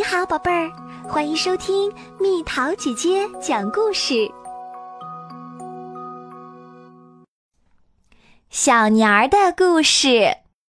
好，宝贝儿，欢迎收听蜜桃姐姐讲故事。小年儿的故事。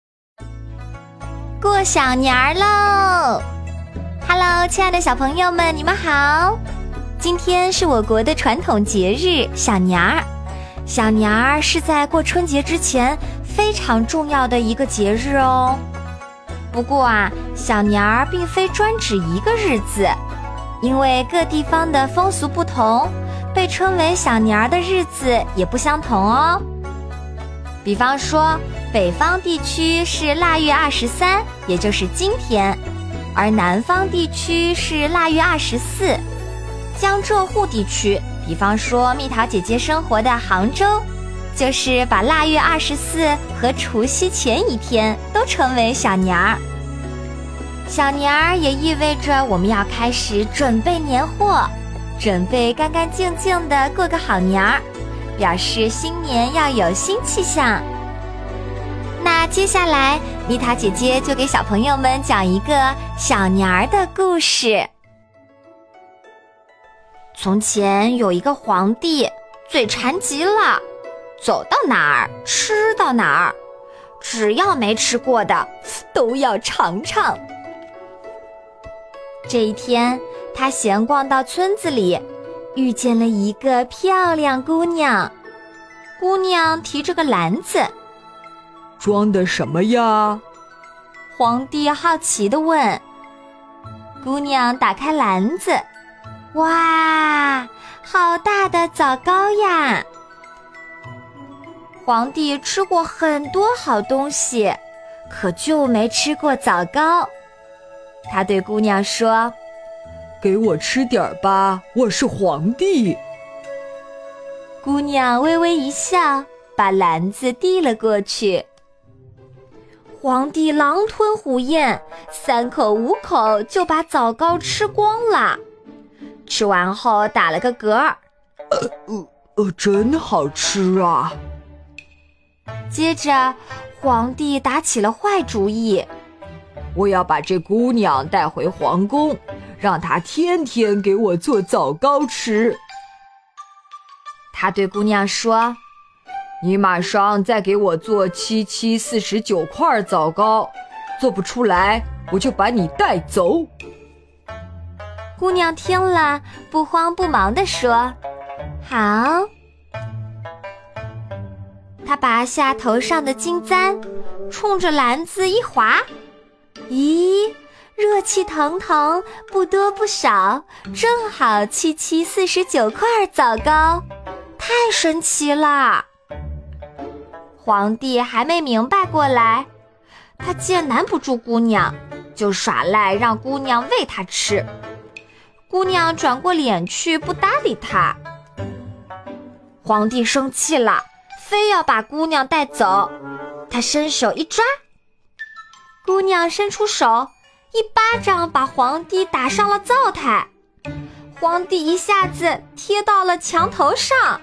过小年儿喽 ！Hello， 亲爱的小朋友们，你们好！今天是我国的传统节日小年儿。小年儿是在过春节之前非常重要的一个节日哦。不过小年儿并非专指一个日子，因为各地方的风俗不同，被称为小年儿的日子也不相同哦。比方说，北方地区是腊月23，也就是今天，而南方地区是腊月24。江浙沪地区，比方说蜜桃姐姐生活的杭州，就是把腊月24和除夕前一天都称为小年儿。小年儿也意味着我们要开始准备年货，准备干干净净的过个好年儿，表示新年要有新气象。那接下来蜜桃姐姐就给小朋友们讲一个小年儿的故事。从前有一个皇帝，嘴馋极了，走到哪儿吃到哪儿，只要没吃过的都要尝尝。这一天，他闲逛到村子里，遇见了一个漂亮姑娘。姑娘提着个篮子， 装的什么呀？ 皇帝好奇地问。姑娘打开篮子，哇，好大的枣糕呀！皇帝吃过很多好东西，可就没吃过枣糕。他对姑娘说：“ 给我吃点吧，我是皇帝。” 姑娘微微一笑，把篮子递了过去。皇帝狼吞虎咽，3口5口就把枣糕吃光了。吃完后打了个嗝， 真好吃啊！ 接着，皇帝打起了坏主意。 我要把这姑娘带回皇宫，让她天天给我做枣糕吃。 他对姑娘说：“ 你马上再给我做749块枣糕，做不出来我就把你带走。” 姑娘听了，不慌不忙地说：“好。”她拔下头上的金簪，冲着篮子一划，咦，热气腾腾，不多不少，正好749块枣糕，太神奇了！皇帝还没明白过来，他见难不住姑娘，就耍赖让姑娘喂他吃。姑娘转过脸去不搭理他。皇帝生气了，非要把姑娘带走。他伸手一抓，姑娘伸出手，一巴掌把皇帝打上了灶台。皇帝一下子贴到了墙头上。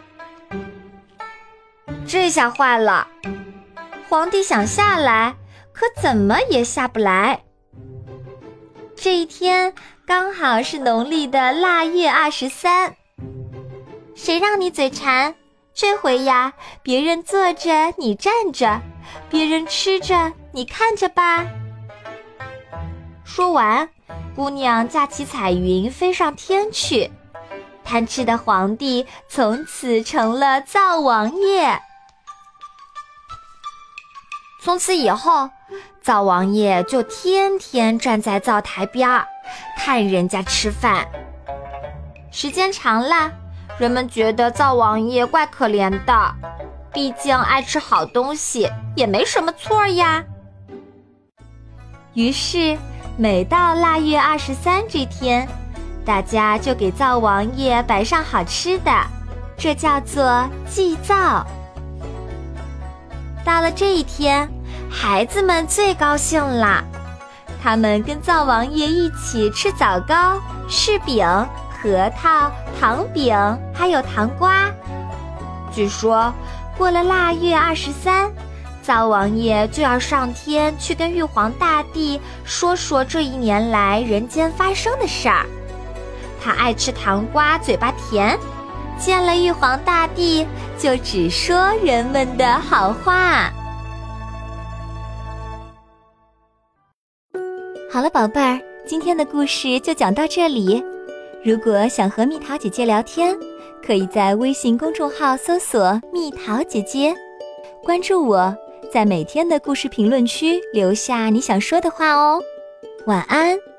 这下坏了，皇帝想下来，可怎么也下不来。这一天刚好是农历的腊月23。谁让你嘴馋？这回呀，别人坐着你站着，别人吃着你看着吧。说完，姑娘架起彩云飞上天去。贪吃的皇帝从此成了灶王爷。从此以后，灶王爷就天天站在灶台边看人家吃饭。时间长了，人们觉得灶王爷怪可怜的，毕竟爱吃好东西也没什么错呀。于是每到腊月23这天，大家就给灶王爷摆上好吃的，这叫做祭灶。到了这一天，孩子们最高兴了，他们跟灶王爷一起吃枣糕、柿饼、核桃、糖饼，还有糖瓜。据说过了腊月23， 灶王爷就要上天去跟玉皇大帝说说这一年来人间发生的事儿。他爱吃糖瓜，嘴巴甜，见了玉皇大帝就只说人们的好话。好了，宝贝儿，今天的故事就讲到这里。如果想和蜜桃姐姐聊天，可以在微信公众号搜索蜜桃姐姐，关注我，在每天的故事评论区留下你想说的话哦。晚安。